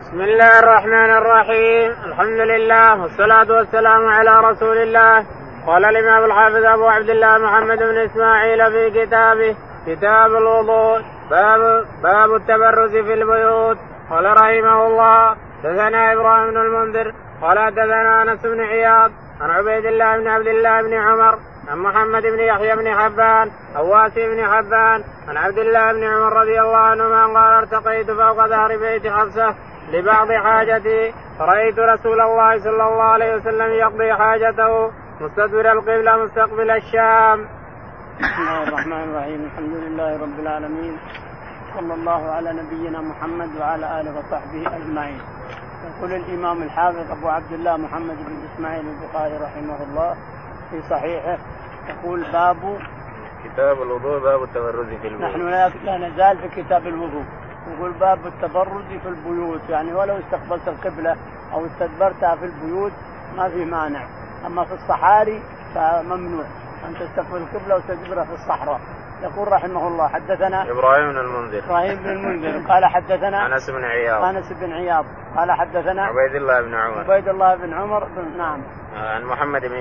بسم الله الرحمن الرحيم. الحمد لله والصلاة والسلام على رسول الله. قال الإمام الحافظ أبو عبد الله محمد بن إسماعيل في كتابه كتاب الوضوء باب التبرز في البيوت. قال رحمه الله حدثنا إبراهيم بن المنذر قال حدثنا أنس بن عياض عن عبيد الله بن عبد الله بن عمر عن محمد بن يحيى بن حبان أو واسع بن حبان عن عبد الله بن عمر رضي الله عنهما قال ارتقيت فوق ظهر بيت حفصة لبعض حاجتي فرأيت رسول الله صلى الله عليه وسلم يقضي حاجته مستدبر القبلة مستقبل الشام. بسم الله الرحمن الرحيم. الحمد لله رب العالمين صلى الله على نبينا محمد وعلى آله وصحبه أجمعين. يقول الإمام الحافظ أبو عبد الله محمد بن إسماعيل البخاري رحمه الله في صحيحه يقول باب كتاب الوضوء باب التبرز في البيوت. نحن لا نزال في كتاب الوضوء. يقول باب التبرز في البيوت، يعني ولو استقبلت القبلة أو استدبرتها في البيوت ما في مانع، أما في الصحاري فممنوع أن تستقبل القبلة وتدبرها في الصحراء. يقول رحمه الله حدثنا إبراهيم بن المنذر قال حدثنا أنس بن عياض قال حدثنا عبيد الله بن عمر نعم عن محمد بن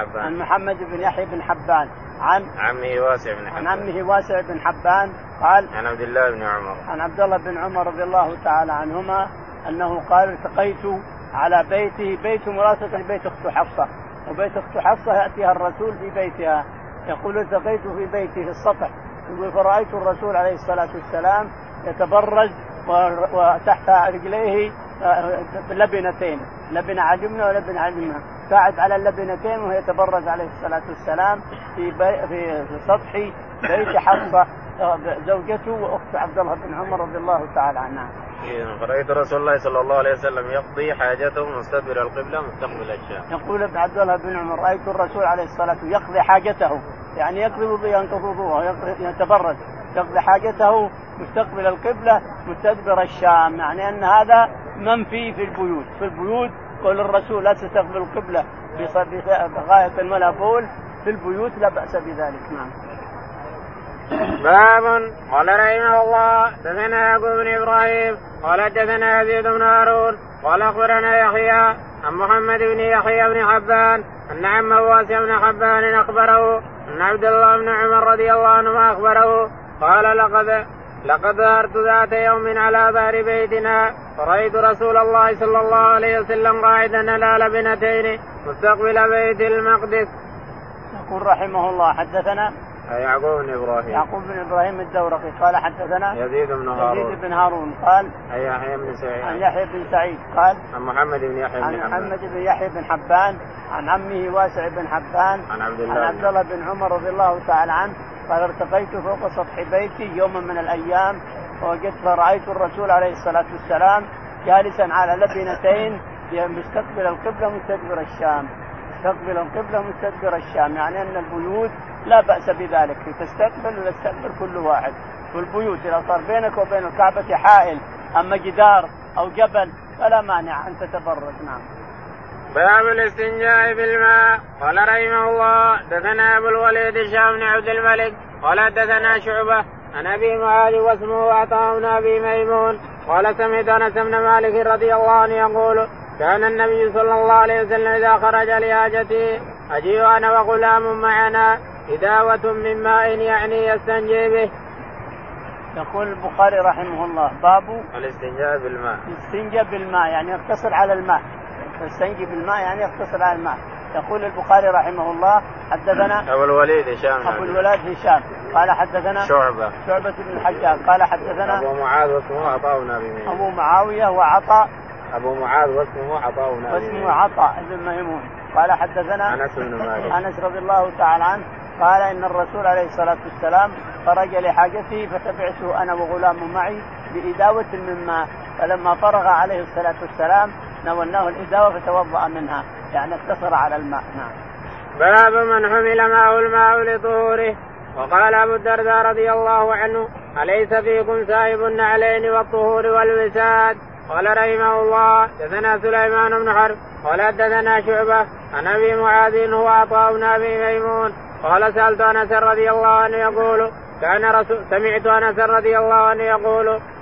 يحيى بن حبان عن عمه واسع بن حبان قال عن عبد الله بن عمر رضي الله تعالى عنهما أنه قال التقيت على بيت مرافق لبيت أخت حفصة، وبيت أخت حفصة يأتيها الرسول في بيتها. يقول التقيت في بيتي في السطح، يقول فرأيت الرسول عليه الصلاة والسلام يتبرز وتحت رجليه لبنتين، لبنة على اليمنى ولبنة على اليمنى، قاعد على اللبنتين وهو يتبرز عليه الصلاة والسلام في سطح بيت حفصة زوجته وأخت عبد الله بن عمر رضي الله تعالى عنها. رأيت رسول الله صلى الله عليه وسلم يقضي حاجته مستدبر القبلة مستقبل الشام. يقول ابن عبد الله بن عمر رأيت الرسول عليه الصلاة والسلام يقضي حاجته، يعني يقضي ينتظروها يتبرز يقضي حاجته مستقبل القبلة مستدبر الشام، يعني أن هذا منفي في البيوت. في البيوت قول الرسول لا تستقبل القبلة بغاية الملابول، في البيوت لا بأس بذلك. نعم. باب قال رحمه الله حدثنا يعقوب بن إبراهيم قال حدثنا يزيد بن هارون قال أخبرنا يحيى عن محمد بن يحيى بن حبان أن عمه واسع بن حبان أخبره أن عبد الله بن عمر رضي الله عنهما أخبره قال لقد ظهرت ذات يوم على ظهر بيتنا فرأيت رسول الله صلى الله عليه وسلم قاعدا على لبنتين مستقبل بيت المقدس. يقول رحمه الله حدثنا يعقوب بن إبراهيم الدورقي قال حدثنا يزيد بن هارون قال عن يحيى بن سعيد قال عن محمد بن يحيى بن حبان عن عمه واسع بن حبان عن عبد الله بن عمر رضي الله تعالى عنه قال ارتقيت فوق سطح بيتي يوما من الأيام فوجدت فرأيت الرسول عليه الصلاة والسلام جالسا على لبنتين مستقبل القبلة مستدبر الشام. تستقبل القبلة مستدبر الشام، يعني أن البيوت لا بأس بذلك، تستقبل ولا تستقبل كل واحد. والبيوت إذا صار بينك وبين الكعبة حائل أما جدار أو جبل فلا مانع أن تتبرز. نعم. باب الاستنجاء بالماء. قال رحمه الله حدثنا أبو الوليد هشام بن عبد الملك قال حدثنا شعبة عن أبي معاذ واسمه عطاء بن أبي ميمون قال سمعت أنس بن مالك رضي الله عنه يقول كان النبي صلى الله عليه وسلم إذا خرج لحاجته أجيء أنا وغلام معنا إداوة من ماء يعني يستنجي به. يقول البخاري رحمه الله باب الاستنجاء بالماء يعني يقتصر على الماء، يستنجي بالماء يعني يقتصر على الماء. يقول البخاري رحمه الله حدثنا أبو الوليد هشام قال حدثنا شعبة بن الحجاج قال حدثنا أبو معاذ واسمه عطاء بن أبي ميمون أبو معاوية وعطاء واسمه عطاء بن ميمون قال حدثنا أنس رضي الله تعالى عنه قال إن الرسول عليه الصلاة والسلام خرج لحاجته فتبعته أنا وغلام معي بإداوة من ماء، فلما فرغ عليه الصلاة والسلام نولناه الإداوة فتوضأ منها، يعني اقتصر على الماء. نعم. باب من حمل معه الماء لطهوره. وقال أبو الدرداء رضي الله عنه أليس فيكم سائب النعلين والطهور والوساد. قال رحمه الله حدثنا سليمان بن حرب قال حدثنا شعبة عن أبي معاذ هو عطاء بن أبي ميمون قال سألت أنس رضي الله عنه يقول سمعت أنس رضي الله عنه يقول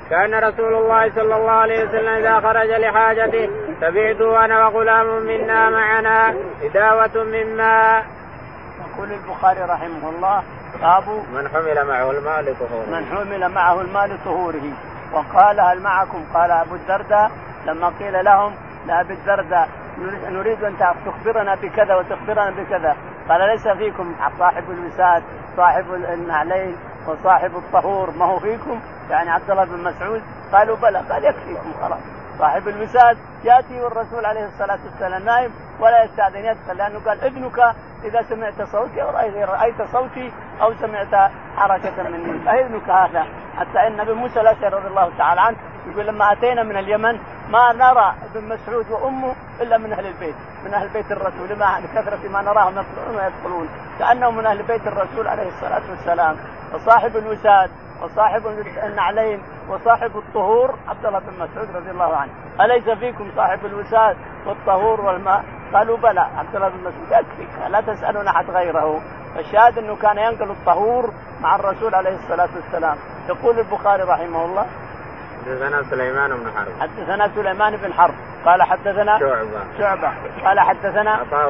كان رسول الله صلى الله عليه وسلم إذا خرج لحاجته تبعته أنا وغلام منا معنا إداوة من ماء. يقول البخاري رحمه الله باب من حمل معه الماء لطهوره. من حمل معه الماء لطهوره. وقال هل معكم؟ قال أبو الدرداء لما قيل لهم لأبي الدرداء نريد أن تخبرنا بكذا وتخبرنا بكذا، قال ليس فيكم صاحب الوساد صاحب النعلين وصاحب الطهور ما هو فيكم؟ يعني عبد الله بن مسعود. قالوا بلى. قال يكفيكم خلاص. صاحب الوساد يأتي والرسول عليه الصلاة والسلام نائم ولا يستأذن يدخل، لأنه قال ابنك إذا سمعت صوتي أو رأيت صوتي أو سمعت حركة مني فإذنك هذا. حتى إن ابن موسى الأشعري رضي الله تعالى عنه يقول لما أتينا من اليمن ما نرى ابن مسعود وأمه إلا من أهل البيت، من أهل بيت الرسول، لكثرة ما نراهم يطلعون ويدخلون كأنهم من أهل بيت الرسول عليه الصلاة والسلام. وصاحب الوساد وصاحب النعلين وصاحب الطهور عبد الله بن مسعود رضي الله عنه. أليس فيكم صاحب الوساد والطهور والماء؟ قالوا بلى. عبد الله بن مسعود يكفيك لا تسألون أحد غيره. فالشاهد أنه كان ينقل الطهور مع الرسول عليه الصلاة والسلام. يقول البخاري رحمه الله حدثنا سليمان بن حرب. حدثنا سليمان بن حرب قال حدثنا شعبة قال حدثنا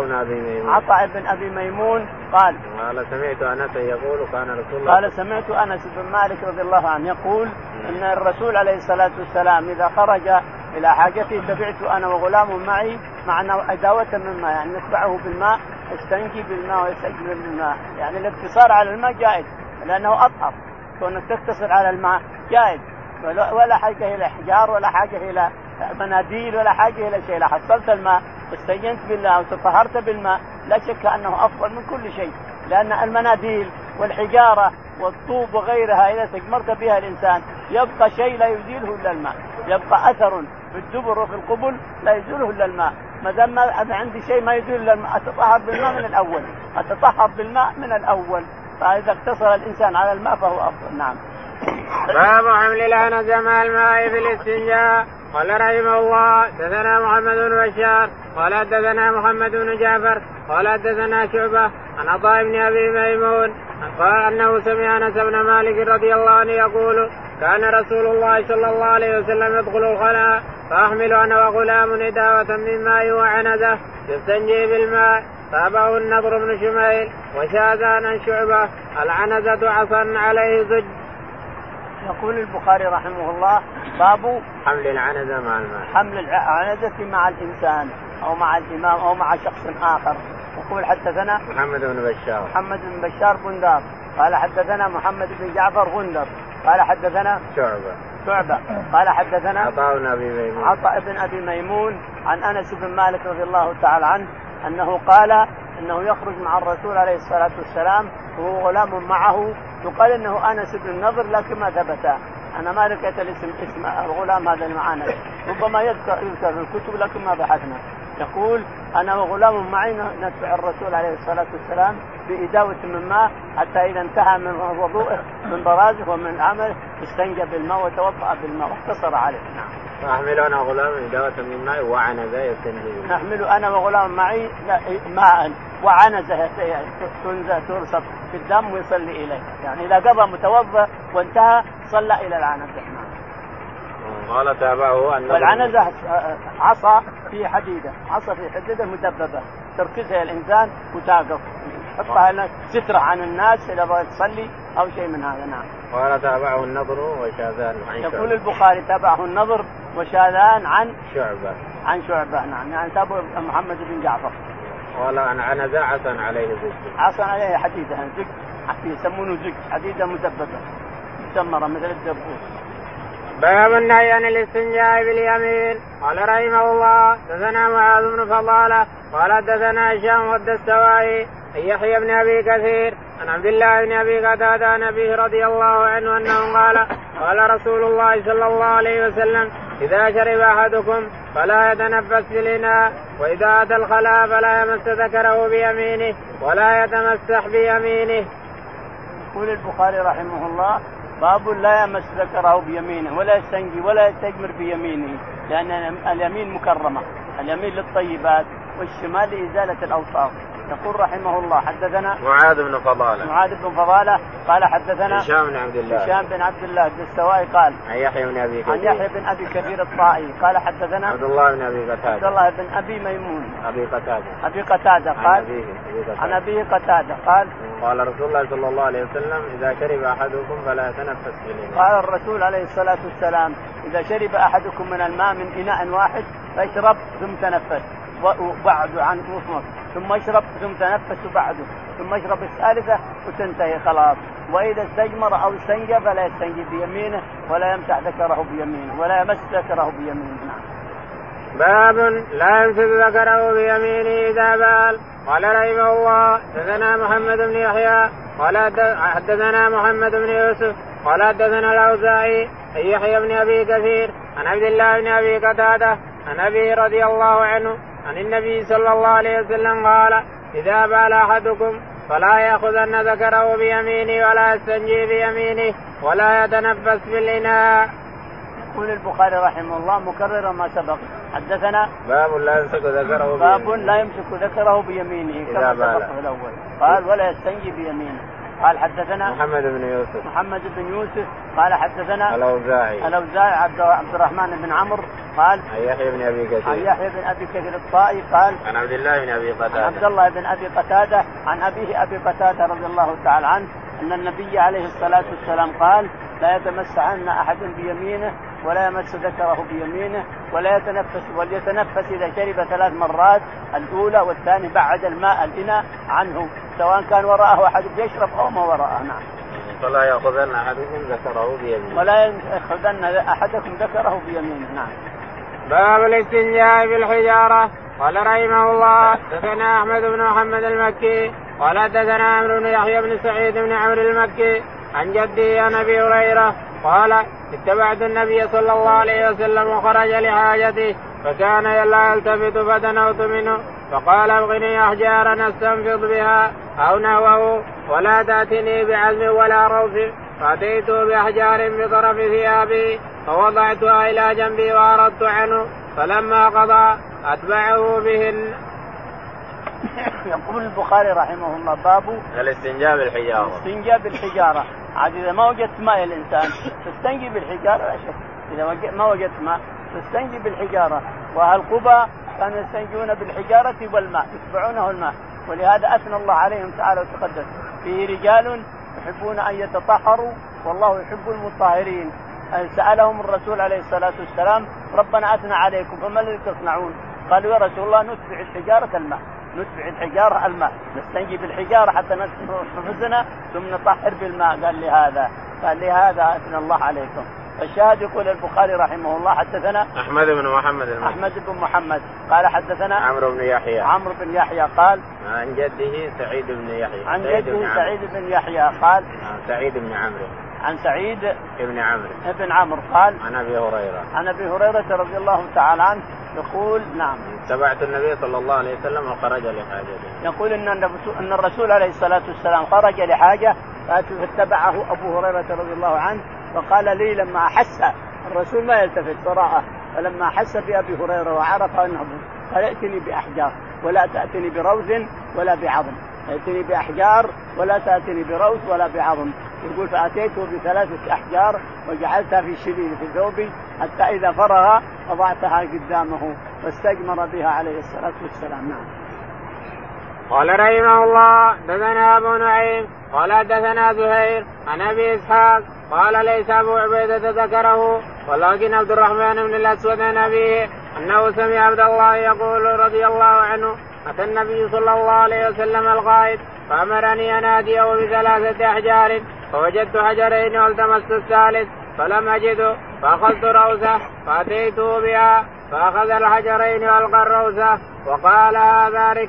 عطاء بن أبي ميمون قال سمعت أنس يقول كان رسول الله قال سمعت أنس بن مالك رضي الله عنه يقول إن الرسول عليه الصلاة والسلام إذا خرج إلى حاجته تبعت أنا وغلام معي معنا إداوة من ماء، يعني نتبعه بالماء يستنجي بالماء ويستجمل بالماء. يعني الاقتصار على الماء جائز لأنه أطهر، كونك تقتصر على الماء جائز، ولا حاجة إلى حجار ولا حاجة إلى مناديل ولا حاجة إلى شيء. لا حصلت الماء واستجنت بالله وتطهرت بالماء لا شك أنه أفضل من كل شيء، لأن المناديل والحجارة والطوب وغيرها إذا استجمرت بها الإنسان يبقى شيء لا يزيله إلا الماء، يبقى أثر في الدبر وفي القبل لا يزيله إلا الماء. ما دام أنا عندي شيء ما يزيل إلا الماء أتطهر بالماء من الأول، أتطهر بالماء من الأول. فإذا اقتصر الإنسان على الماء فهو أفضل. نعم. باب حمل العنز مع الماء في الاستنجاء. قال رحمه الله حدثنا محمد بن بشار قال حدثنا محمد بن جعفر قال حدثنا شعبة عن عطاء بن أبي ميمون قال أنه سمع أنس بن مالك رضي الله عنه يقول كان رسول الله صلى الله عليه وسلم يدخل الخلاء فأحمل أنا وغلام إداوة من ماء وعنزة يستنجي بالماء. تابعه النضر بن شميل وشاذان عن شعبة العنزة عصا عليه زج. يقول البخاري رحمه الله باب حمل العنزة مع الماء. حمل العنزة مع الإنسان أو مع الإمام أو مع شخص آخر. يقول حدثنا محمد بن بشار بندار قال حدثنا محمد بن جعفر غندر قال حدثنا شعبة قال حدثنا عطاء بن أبي ميمون عن أنس بن مالك رضي الله تعالى عنه أنه قال أنه يخرج مع الرسول عليه الصلاة والسلام وهو غلام معه، يقال أنه أنس بن النضر لكن ما ثبت. أنا ما لقيت اسم الغلام هذا المعنى، ربما يذكر في الكتب لكن ما بحثنا. يقول أنا وغلام معي نتبع الرسول عليه الصلاة والسلام بإداوة من ماء حتى إذا انتهى من وضوءه من برازه ومن عمله استنجى بالماء وتوضأ بالماء واقتصر عليه. نعم. نحمل أنا وغلام إداوة من ماء وعنزة يستنجي. نحمل أنا وغلام معي ماء وعنزة ترصد في الدم ويصلي إليه، يعني إذا قضى متوضأ وانتهى صلى إلى العنزة. قال تابعه والعنزة عصا في حديدة مدببة تركزها الإنسان وتاقف حطها سترة عن الناس إذا بغى تصلي أو شيء من هذا. نعم. قال تابعه النضر وشاذان عن شعبة. يقول البخاري تابعه النضر وشاذان عن شعبة. نعم. يعني تابع محمد بن جعفر. قال عن عنزة عصا عليه زج. عصا عليه حديدة زج يسمونه زج حديدة مدببة مسمرة مثل الدبوس. باب النهي عن الاستنجاء باليمين. قال رحمه الله حدثنا معاذ بن فضالة قال حدثنا هشام والدستوائي عن يحيى بن أبي كثير عن عبد الله بن أبي قتادة عن أبيه رضي الله عنه أنه قال رسول الله صلى الله عليه وسلم إذا شرب أحدكم فلا يتنفس في الإناء وإذا أتى الخلاء فلا يمس ذكره بيمينه ولا يتمسح بيمينه. يقول البخاري رحمه الله باب لا يمس ذكره بيمينه ولا يستنجي ولا يستجمر بيمينه، لأن اليمين مكرمة، اليمين للطيبات والشمال لإزالة الأوصاف. يقول رحمه الله حدثنا معاذ بن فضالة قال حدثنا هشام بن عبد الله الدستوائي قال عن يحيى بن أبي كثير الطائي قال حدثنا عبد الله بن أبي ميمون أبي قتادة قال عن أبيه قتادة قال قال رسول الله صلى الله عليه وسلم إذا شرب أحدكم فلا يتنفس في الإناء. قال الرسول عليه الصلاة والسلام إذا شرب أحدكم من الماء من إناء واحد فاشرب ثم تنفس وبعد عن مصمت ثم اشرب ثم تنفس بعده ثم اشرب الثالثة وتنتهي خلاص. وإذا استجمر أو استنجى فلا يستنجي بيمينه ولا يمسح ذكره بيمينه ولا يمس ذكره بيمينه. باب لا يمسك ذكره بيمينه إذا بال. قال رحمه الله حدثنا محمد بن يحيى قال حدثنا محمد بن يوسف قال حدثنا الأوزاعي عن يحيى بن أبي كثير عن عبد الله بن أبي قتادة عن أبي رضي الله عنه عن النبي صلى الله عليه وسلم قال إذا بال أحدكم فلا يأخذن ذكره بيمينه ولا يستنجي بيمينه ولا يتنفس في الإناء. يقول البخاري رحمه الله مكرر ما سبق حدثنا باب لا يمسك ذكره بيمينه كما سبق في الأول قال ولا يستنجي بيمينه. قال حدثنا محمد بن يوسف قال حدثنا الأوزاعي عبد الرحمن بن عمرو قال عن يحيى بن أبي كثير الطائي قال عن عبد الله بن أبي قتادة عن أبيه أبي قتادة رضي الله تعالى عنه أن النبي عليه الصلاة والسلام قال لا يتمسحن أحد بيمينه ولا يمس ذكره بيمينه ولا يتنفس وليتنفس إذا شرب 3 مرات الأولى والثاني بعد الماء الإناء عنه سواء كان وراءه أحد يشرب أو ما وراءه. نعم. فلا يأخذن أحدكم ذكره بيمينه. نعم. باب الاستنجاء بالحجارة. قال رحمه الله حدثنا أحمد بن محمد المكي قال حدثنا عمرو بن يحيى بن سعيد بن عمرو المكي عن جدي عن أبي هريرة قال اتبعت النبي صلى الله عليه وسلم وخرج لحاجته فكان لا يلتفت فتنوت منه فقال ابغني أحجارا استنفض بها أو نحوه ولا تأتني بعزم ولا روث فأتيته بأحجار بطرف ثيابي فوضعتها إلى جنبي وأردت عنه فلما قضى أتبعه بهن. يقول البخاري رحمه الله باب الاستنجاء بالحجارة. عاد إذا ما وجدت ماء الإنسان تستنجي بالحجارة لا شك. إذا ما وجدت ماء تستنجي بالحجارة. وأهل قباء كانوا يستنجون بالحجارة والماء يتبعونه الماء ولهذا أثنى الله عليهم تعالى وتقدس فيه رجال يحبون أن يتطهروا والله يحب المطهرين. سألهم الرسول عليه الصلاة والسلام ربنا أثنى عليكم فما الذي تصنعون؟ قالوا يا رسول الله نتبع الحجارة الماء نستنجي بالحجارة حتى نفسنا ثم نطهر بالماء. قال لهذا أثنى الله عليكم. الشاهد يقول البخاري رحمه الله حدثنا أحمد بن محمد قال حدثنا عمرو بن يحيى قال عن جده سعيد بن يحيى قال عن سعيد بن عمرو قال عن أبي هريرة رضي الله تعالى عنه يقول نعم اتبعت النبي صلى الله عليه وسلم وخرج لحاجته. يقول إن الرسول عليه الصلاة والسلام خرج لحاجة فاتبعه أبو هريرة رضي الله عنه وقال لي لما أحس الرسول ما يلتفت وراءه فلما أحس بأبي هريرة وعرف أنه قال ائتني بأحجار ولا تأتني بروث ولا بعظم. ائتني بأحجار ولا تأتني بروث ولا بعظم. يقول فأتيته ب3 أحجار وجعلتها في شبيل في ثوبي حتى إذا فرغ وضعتها قدامه واستجمر بها عليه الصلاة والسلام. نعم. قال رحمه الله حدثنا أبو نعيم قال حدثنا زهير عن أبي إسحاق قال ليس أبو عبيدة ذكره ولكن عبد الرحمن بن الأسود عن أبيه أنه سمع عبد الله يقول رضي الله عنه أتى النبي صلى الله عليه وسلم الغائط فأمرني أن آتيه ب3 أحجار فوجدت حجرين والتمست الثالث فلم أجده فأخذت روثة فأتيته بها فأخذ الحجرين وألقى الروثة وقال هذا ركس.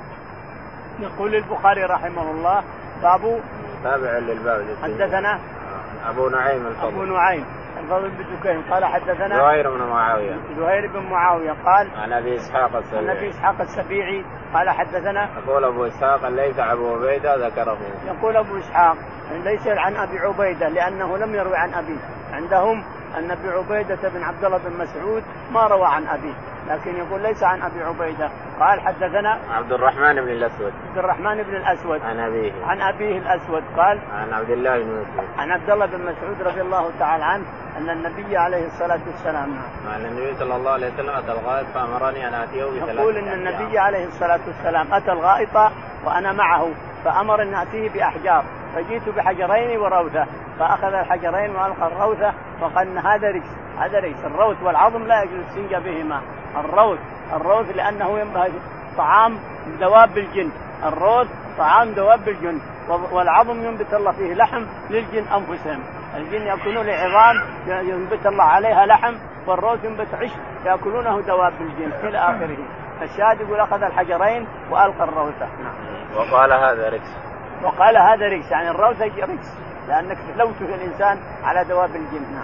يقول البخاري رحمه الله باب تابع للباب. حدثنا أبو نعيم الفضل بن دكين قال حدثنا زهير بن معاوية قال عن أبي إسحاق السبيعي قال حدثنا يقول أبو إسحاق ليس أبو عبيدة ذكره. يقول أبو إسحاق ليس عن أبي عبيدة لأنه لم يروي عن أبيه. عندهم أن أبي عبيدة بن عبد الله بن مسعود ما روى عن أبيه لكن يقول ليس عن أبي عبيدة قال حدثنا عبد الرحمن بن الأسود. عبد الرحمن بن الأسود عن أبيه الأسود قال عن عبد الله بن مسعود عن عبد الله بن مسعود رضي الله تعالى عنه أن النبي عليه الصلاة والسلام أن النبي صلى الله عليه وسلم أتى الغائط فأمرني أن آتيه بثلاث. يقول أن النبي عليه الصلاة والسلام أتى الغائط وأنا معه فأمر أن آتيه بأحجار فجئت بحجرين وروثة فأخذ الحجرين وألقى الروثة وقال هذا رجس الروث والعظم لا يجوز السنجة بهما. الروث لأنه ينبه طعام دواب الجن. الروث طعام دواب الجن والعظم ينبت الله فيه لحم للجن أنفسهم. الجن يأكلون العظام ينبت الله عليها لحم والروث ينبت عشب يأكلونه دواب الجن إلى آخره. الشاهد يقول أخذ الحجرين وألقى الروثة. وقال هذا رجس يعني الروثة رجس لأنك لوث الإنسان على دواب الجن.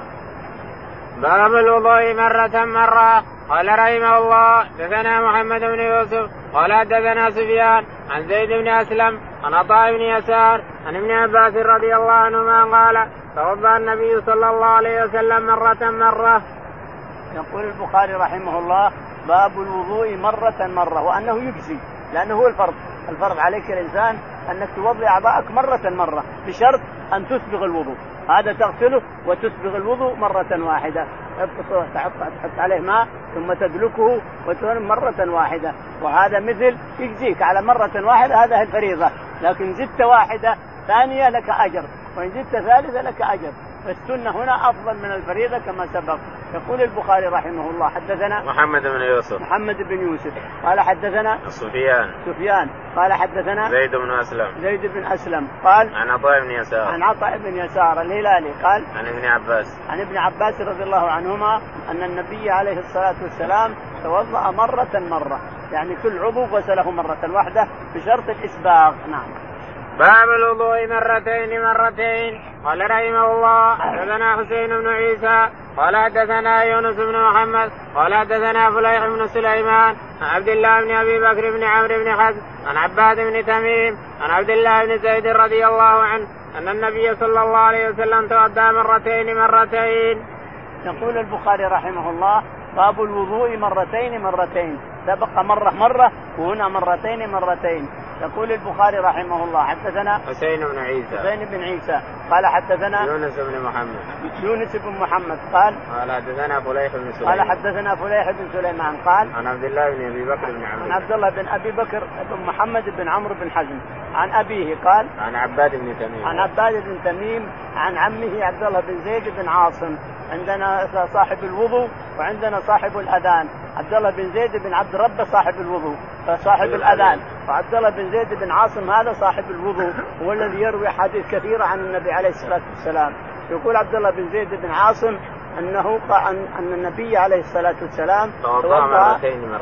باب الوضوء مرة. قال رحمه الله دثنا محمد بن يوسف قال دثنا سفيان عن زيد بن أسلم عن عطاء بن يسار عن ابن عباس رضي الله عنهما قال توضأ النبي صلى الله عليه وسلم مرة. يقول البخاري رحمه الله باب الوضوء مرة وأنه يجزي لأنه هو الفرض عليك الإنسان أنك توضي أعضاءك مرة بشرط أن تسبغ الوضوء. هذا تغسله وتسبغ الوضوء مرة واحدة تحط عليه ماء ثم تدلكه وتنم مرة واحدة وهذا مثل يجزيك على مرة واحدة. هذا الفريضة لكن زدت واحدة ثانية لك أجر وإن زدت ثالثة لك أجر. فالسنة هنا أفضل من الفريضة كما سبق. يقول البخاري رحمه الله حدثنا محمد بن يوسف قال حدثنا سفيان قال حدثنا زيد بن أسلم قال عن عطاء بن يسار الهلالي قال عن ابن عباس رضي الله عنهما أن النبي عليه الصلاة والسلام توضأ مرة يعني كل عضو غسله مرة واحدة بشرط الإسباغ. نعم. باب الوضوء مرتين. قال رحمه الله حدثنا حسين بن عيسى قال حدثنا يونس بن محمد قال حدثنا فليح بن سليمان عن عبد الله بن أبي بكر بن عمرو بن حزم عن عباد بن تميم عن عبد الله بن زيد رضي الله عنه أن النبي صلى الله عليه وسلم توضأ مرتين. يقول البخاري رحمه الله باب الوضوء مرتين سبق مرة وهنا مرتين. يقول البخاري رحمه الله حدثنا حسين بن عيسى قال حدثنا يونس بن محمد قال حدثنا فليح بن سليمان قال عن عبد الله بن أبي بكر بن عمرو عن عبد الله بن أبي بكر بن محمد بن عمرو بن حزم عن أبيه قال عن عباد بن تميم عن عمه عبد الله بن زيد بن عاصم. عندنا صاحب الوضوء وعندنا صاحب الأذان. عبد الله بن زيد بن عبد ربه صاحب الوضوء فصاحب الأذان وعبد الله بن زيد بن عاصم هذا صاحب الوضوء هو الذي يروي حديث كثيرة عن النبي عليه الصلاة والسلام. يقول عبد الله بن زيد بن عاصم أنه أن النبي عليه الصلاة والسلام توضأ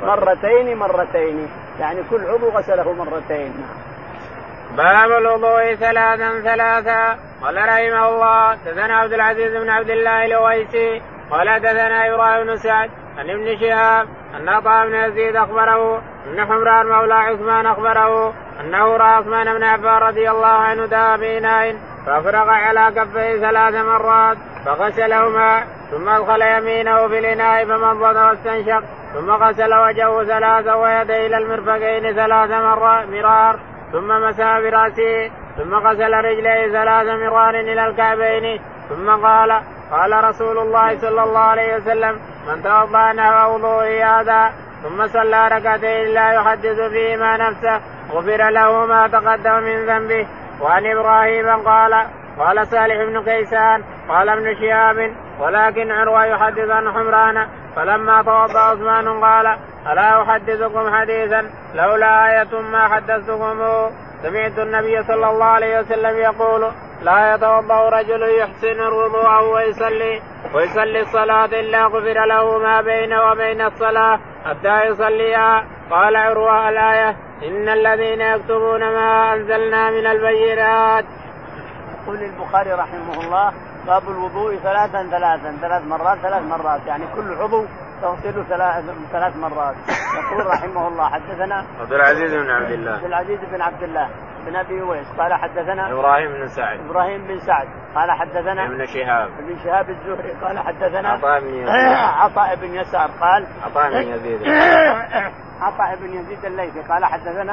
مرتين يعني كل عضو غسله مرتين. باب الوضوء ثلاثا. قال رحمه الله دثنا عبد العزيز بن عبد الله الأويسي قال دثنا يروى بن سعد عن ابن شهاب أن عطاء بن يزيد أخبره أن حمران مولى عثمان أخبره أنه رأى عثمان بن عفان رضي الله عنه دعا بإناء فأفرغ على كفيه 3 مرات فغسلهما ثم أدخل يمينه في الإناء فمضمض واستنشق ثم غسل وجهه 3 ويديه إلى المرفقين 3 مرار ثم مسح برأسه ثم غسل رجليه 3 مرار إلى الكعبين ثم قال رسول الله صلى الله عليه وسلم من توضأ نحو وضوءه هذا ثم صلى ركعتين لا يحدث فيهما نفسه غفر له ما تقدم من ذنبه. وعن إبراهيم قال صالح بن كيسان قال ابن شهاب ولكن عروة يحدث عن حمران فلما توضأ عثمان قال ألا أحدثكم حديثا لولا آية ما حدثتكمه. سمعت النبي صلى الله عليه وسلم يقول لا يتوضأ رجل يحسن الوضوء ويصلي الصلاة إلا غفر له ما بينه وبين الصلاة حتى يصليها. قال عروة الآية إن الذين يكتبون ما أنزلنا من البينات. يقول البخاري رحمه الله باب الوضوء 3 مرات يعني كل عضو تغسله 3 مرات. يقول رحمه الله حدثنا عبد العزيز بن عبد الله بن أبي أويس قال حدثنا إبراهيم بن سعد قال حدثنا ابن شهاب الزهري قال حدثنا عطاء بن يسار قال عطاء بن يزيد الليثي قال حدثنا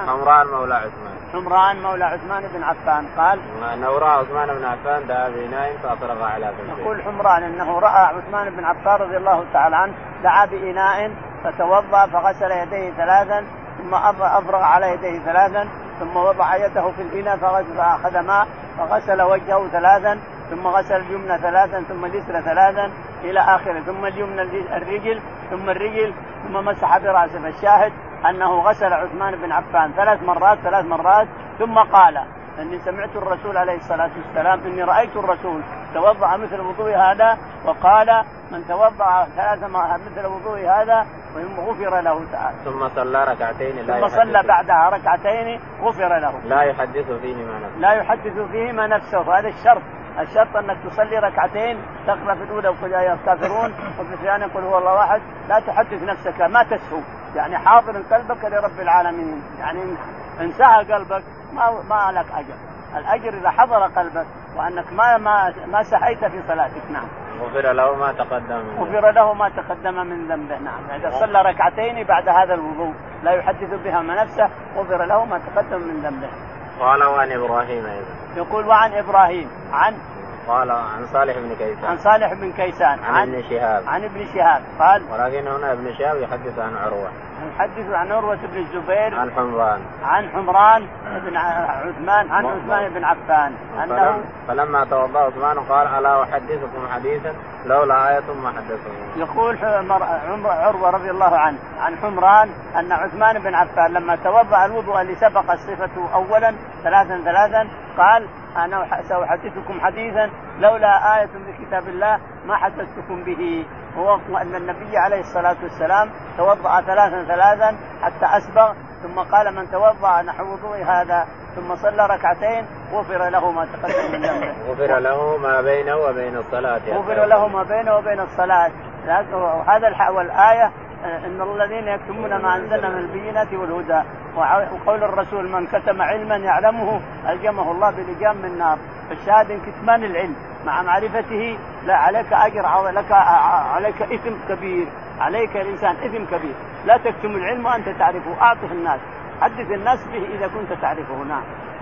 حمران مولى عثمان بن عفان قال أنه رأى عثمان بن عفان دعا بإناء فأفرغ على فمه. يقول حمران أنه رأى عثمان بن عفان رضي الله تعالى عنه دعا بإناء فتوضأ فغسل يديه 3 ثم أفرغ على يديه 3 ثم وضع يده في الإناء فأخذ ماء فغسل وجهه 3 ثم غسل اليمنى 3 ثم اليسرى 3 إلى آخره ثم اليمنى الرجل ثم الرجل ثم مسح برأسه. فالشاهد أنه غسل عثمان بن عفان 3 مرات ثم قال أني سمعت الرسول عليه الصلاة والسلام إني رأيت الرسول توضأ مثل وضوء هذا وقال من توضأ 3 مثل وضوء هذا غفر له تعالى. ثم صلى ركعتين ثم صلى بعدها ركعتين غفر له لا يحدث فيهما نفسه. هذا الشرط أنك تصلي ركعتين تقرأ في الأولى وقل يا الكافرون وفي الثانية قل هو الله أحد لا تحدث نفسك ما تسهو يعني حاضر قلبك لرب العالمين يعني إن سهى قلبك ما لك أجر. الأجر إذا حضر قلبك وأنك ما سهيت في صلاتك. نعم. غفر له ما تقدم من ذنبه. نعم. إذا صلى ركعتين بعد هذا الوضوء لا يحدث بها من نفسه غفر له ما تقدم من ذنبه. قال وعن إبراهيم أيضا. يقول وعن إبراهيم قال عن صالح بن كيسان عن ابن شهاب قال ولكن هنا ابن شهاب يحدث عن عروة بن الزبير عن حمران بن عثمان عن عثمان بن عفان أنه فلما توضأ عثمان قال ألا أحدثكم حديثا لولا آية ما حدثكم. يقول عروة رضي الله عنه عن حمران أن عثمان بن عفان لما توضأ الوضوء اللي سبق صفته أولا 3 قال أنا سأحدثكم حديثا لولا آية من كتاب الله ما حدثتكم به. هو أن النبي عليه الصلاة والسلام توضأ 3 حتى أسبغ ثم قال من توضأ نحو وضوء هذا ثم صلى ركعتين غفر له ما تقدم من ذنبه. غفر له ما بينه وبين الصلاة. هذا والآية إن الذين يكتمون ما أنزلنا من البينات والهدى وقول الرسول من كتم علما يعلمه ألجمه الله بلجام من نار. فالشاهد إن كتمان العلم مع معرفته لا عليك أجر عليك إثم كبير. عليك الإنسان إثم كبير. لا تكتم العلم وأنت تعرفه أعطه الناس حدث الناس به إذا كنت تعرفه. نعم.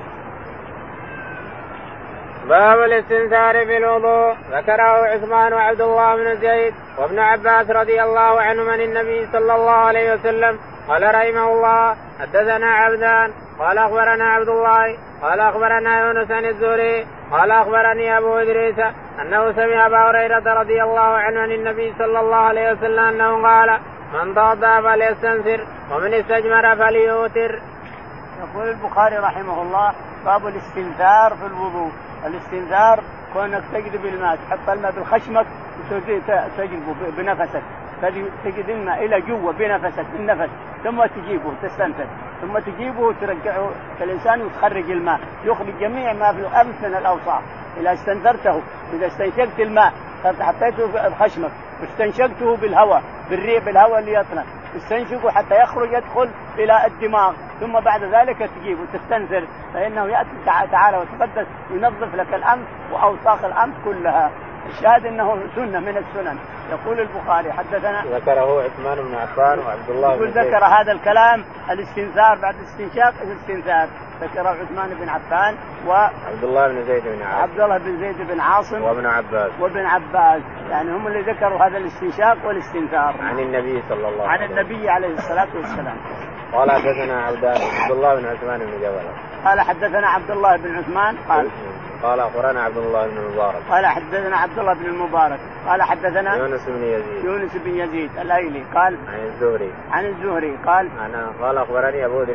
باب الاستنثار في الوضوء. ذكره عثمان وعبد الله بن زيد وابن عباس رضي الله عنهم عن النبي صلى الله عليه وسلم قال رحمه الله حدثنا عبدان قال أخبرنا عبد الله قال أخبرنا يونس عن الزهري قال أخبرني أبو إدريس أنه سمع أبا هريرة رضي الله عنه عن النبي صلى الله عليه وسلم أنه قال من توضأ فليستنثر ومن استجمر فليوتر. يقول البخاري رحمه الله باب الاستنثار في الوضوء. الاستنثار كونك تجذب الماء تحط الماء بالخشمك وتجذبه بنفسك تجذب الماء إلى جوه بنفسك بالنفس ثم تجيبه تستنثر ثم تجيبه وترجعه كالإنسان وتخرج الماء يخرج جميع ما في الأنف من الأوصاف. إذا استنثرته إذا استنشقت الماء حطيته بخشمك واستنشقته بالهواء بالهواء اللي يطلع استنشقه حتى يدخل إلى الدماغ ثم بعد ذلك تجيبه وتستنثر فإنه يأتي تعالى وتقدس ينظف لك الأنف وأوساخ الأنف كلها. الشاهد أنه سنة من السنن. يقول البخاري حدثنا ذكره عثمان بن عفان وعبد الله بن ذكر هذا الكلام الاستنثار بعد الاستنشاق الاستنثار ذكره عثمان بن عفان وعبد الله بن زيد بن عاصم وابن عباس يعني هم اللي ذكروا هذا الاستنشاق والاستنثار عن النبي صلى الله عليه وسلم عن النبي عليه الصلاة والسلام. قال حدثنا عبد الله بن عثمان بن جبل قال حدثنا عبد الله بن عثمان قال أخبرنا عبد الله بن المبارك قال حدثنا عبد الله بن المبارك قال حدثنا يونس بن يزيد الأيلي قال عن الزهري قال أخبرني أبو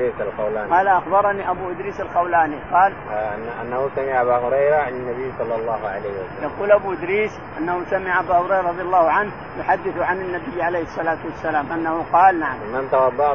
إدريس الخولاني قال أنه سمع أبا هريرة عن النبي صلى الله عليه وسلم. يقول أبو إدريس أنه سمع أبا هريرة رضي الله عنه يحدث عن النبي عليه الصلاة والسلام أنه قال نعم من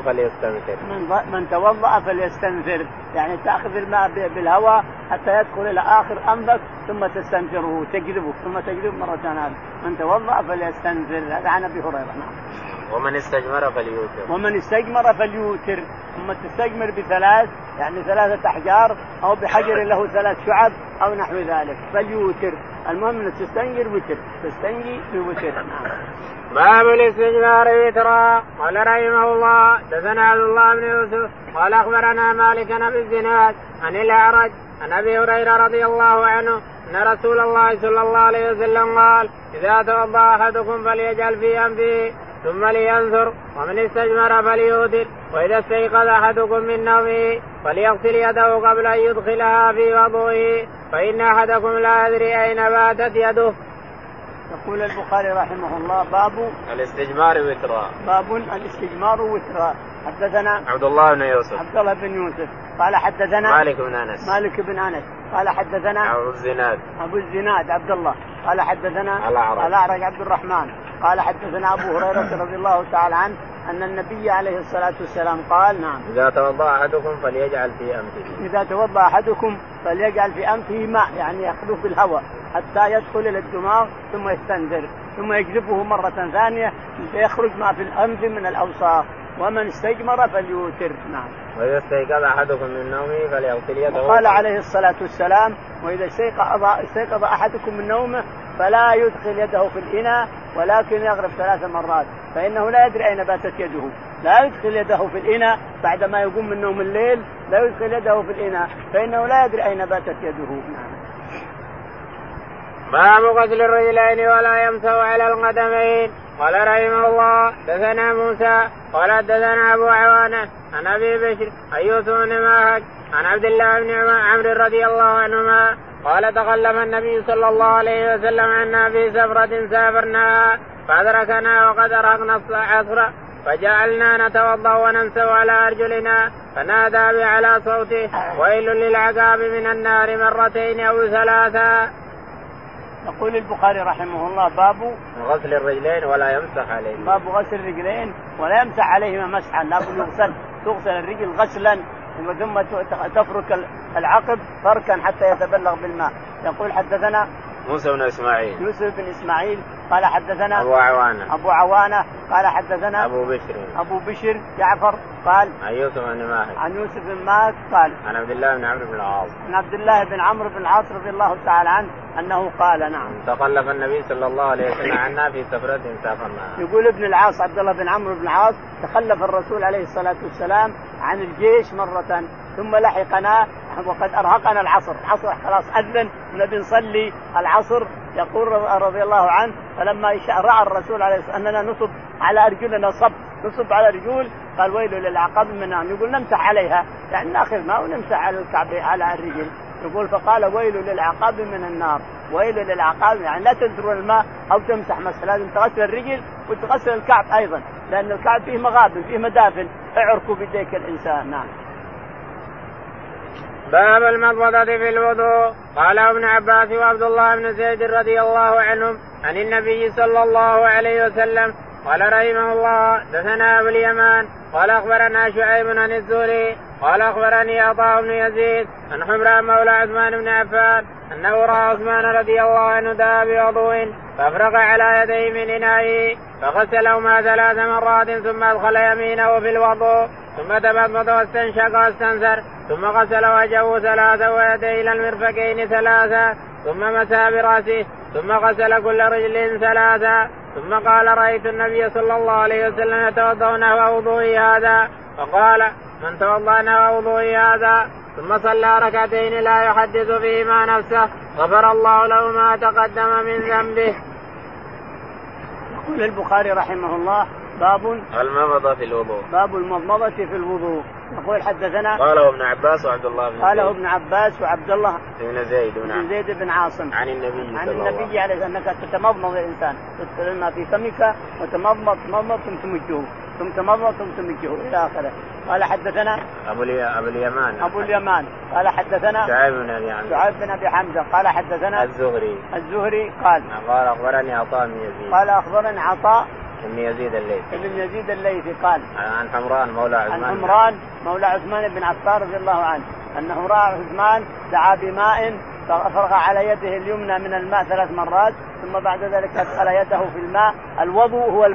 توضأ فليستنثر يعني تأخذ الماء بالهواء حتى يدخل إلى آخر أنفك ثم تستنثره تجذبه ثم تجذبه مرة ثانية. من توضأ فليستنثر. هذا عن أبي هريرة. نعم. ومن استجمر فليوتر. ومن استجمر فليوتر. ثم تستجمر بثلاث يعني 3 أحجار أو بحجر له 3 شعب أو نحو ذلك فليوتر. المهم أن تستنجر وتر تستنجي بوتر. باب الاستجمار وترا. قال رحمه الله دثنا عبد الله بن يوسف قال أخبرنا مالك بن الزناد عن الأعرج عن أبي هريرة رضي الله عنه أن رسول الله صلى الله عليه وسلم قال إذا توضأ أحدكم فليجعل في أنفه ثم لينثر ومن استجمر فليوتر وإذا استيقظ أحدكم من نومه فليغسل يده قبل أن يدخلها في وضوئه فإن أحدكم لا يدري أين باتت يده. يقول البخاري رحمه الله باب الاستجمار وترا. باب الاستجمار وترا. حدثنا عبد الله بن يوسف عبد الله بن يوسف قال حدثنا مالك بن أنس قال حدثنا أبو الزناد عبد الله قال حدثنا الأعرج عبد الرحمن قال حدثنا أبو هريرة رضي الله تعالى عنه أن النبي عليه الصلاة والسلام قال نعم إذا توضأ أحدكم فليجعل في أنفه. إذا توضأ أحدكم فليجعل في أنفه ماء يعني يأخذه في الهواء حتى يدخل إلى الدماغ ثم يستنزل ثم يجذبه مرة ثانية فيخرج ما في الأنف من الأوساخ. ومن استجمر فليوتر. نعم. وإذا استيقظ أحدكم من نومه فليغسل يده. قال عليه الصلاة والسلام وإذا استيقظ أحدكم من نومه فلا يدخل يده في الإناء ولكن يغرف 3 مرات فإنه لا يدري أين باتت يده. لا يدخل يده في الإناء بعدما يقوم من نوم الليل لا يدخل يده في الإناء فإنه لا يدري أين باتت يده. نعم. باب غسل الرجلين ولا يمسح على القدمين. قال رحمه الله دثنا موسى قال دثنا أبو عوانة عن أبي بشر عن يوسف بن ماهك عن عبد الله بن عمرو رضي الله عنهما قال تخلف النبي صلى الله عليه وسلم عنا في سفرة سافرناها فأدركنا وقد أرهقنا العصر فجعلنا نتوضأ ونمسح على أرجلنا فنادى على صوته ويل للعقاب من النار 2 أو 3. يقول البخاري رحمه الله باب غسل الرجلين ولا يمسح عليهما. باب غسل الرجلين ولا يمسح عليهما مسحا. لا تغسل الرجل غسلا ثم تفرك العقب فركا حتى يتبلغ بالماء. يقول حدثنا يوسف بن إسماعيل قال حدثنا أبو عوانة قال حدثنا أبو بشر جعفر قال عن يوسف بن ماهك قال عن عبد الله بن عمرو بن العاص رضي الله تعالى عنه أنه قال نعم تخلف النبي صلى الله عليه وسلم عنا في سفرة سافرناها. يقول ابن العاص عبد الله بن عمرو بن العاص تخلف الرسول عليه الصلاة والسلام عن الجيش مرة ثم لحقنا وقد أرهقنا العصر خلاص أذن ونبي نصلي العصر. يقول رضي الله عنه فلما رأى الرسول عليه الصلاة والسلام أننا نصب على أرجلنا نصب على الرجول قال ويل للعقاب من النار. يقول نمسح عليها يعني نأخذ ماء ونمسح على الكعب على الرجل. يقول فقال ويل للعقاب من النار. ويل للعقاب يعني لا تنثر الماء أو تمسح مسح لازم تغسل الرجل وتغسل الكعب أيضا لأن الكعب فيه مغابن فيه مدافن اعركوا بيديك الإنسان. نعم. باب المضمضة في الوضوء. قال ابن عباس وعبد الله بن زيد رضي الله عنهم عن النبي صلى الله عليه وسلم قال رحمه الله دثنا أبو اليمان قال أخبرنا شعيب عن الزهري قال أخبرني عطاء بن يزيد عن حمران مولى عثمان بن عفان أنه رأى عثمان رضي الله عنه دعا بوضوء فأفرغ على يديه من إنائه فغسلهما 3 مرات ثم أدخل يمينه في الوضوء ثم تمضمض واستنشق واستنثر ثم غسل وجهه 3 ويديه إلى المرفقين 3 ثم مسح برأسه ثم غسل كل رجل 3 ثم قال رأيت النبي صلى الله عليه وسلم يتوضأ نحو وضوئي هذا فقال من توضأ نحو وضوئي هذا ثم صلى 2 ركعتين لا يحدث فيهما نفسه غفر الله له ما تقدم من ذنبه. يقول البخاري رحمه الله باب المضمضة في الوضوء. باب المضمضة في الوضوء. يقول حدثنا قاله ابن عباس وعبد الله بن قاله ابن عباس وعبد الله بن زيد بن عاصم عن النبي عليه أنك تتمضمض الإنسان تدخل الماء في فمك وتمضمض ثم تمجه ثم تمضمض ثم تمجه إلى آخره. قال حدثنا أبو اليمان قال حدثنا شعيب بن أبي حمزة قال حدثنا الزهري قال أخبرني عطاء بن يزيد قال أخبرني عطاء ابن يزيد الليثي قال عن حمران مولى عثمان بن عفان رضي الله عنه أنه رأى عثمان دعا بماء فأفرغ على يده اليمنى من الماء 3 مرات ثم بعد ذلك أدخل يده في الماء. الوضوء هو الماء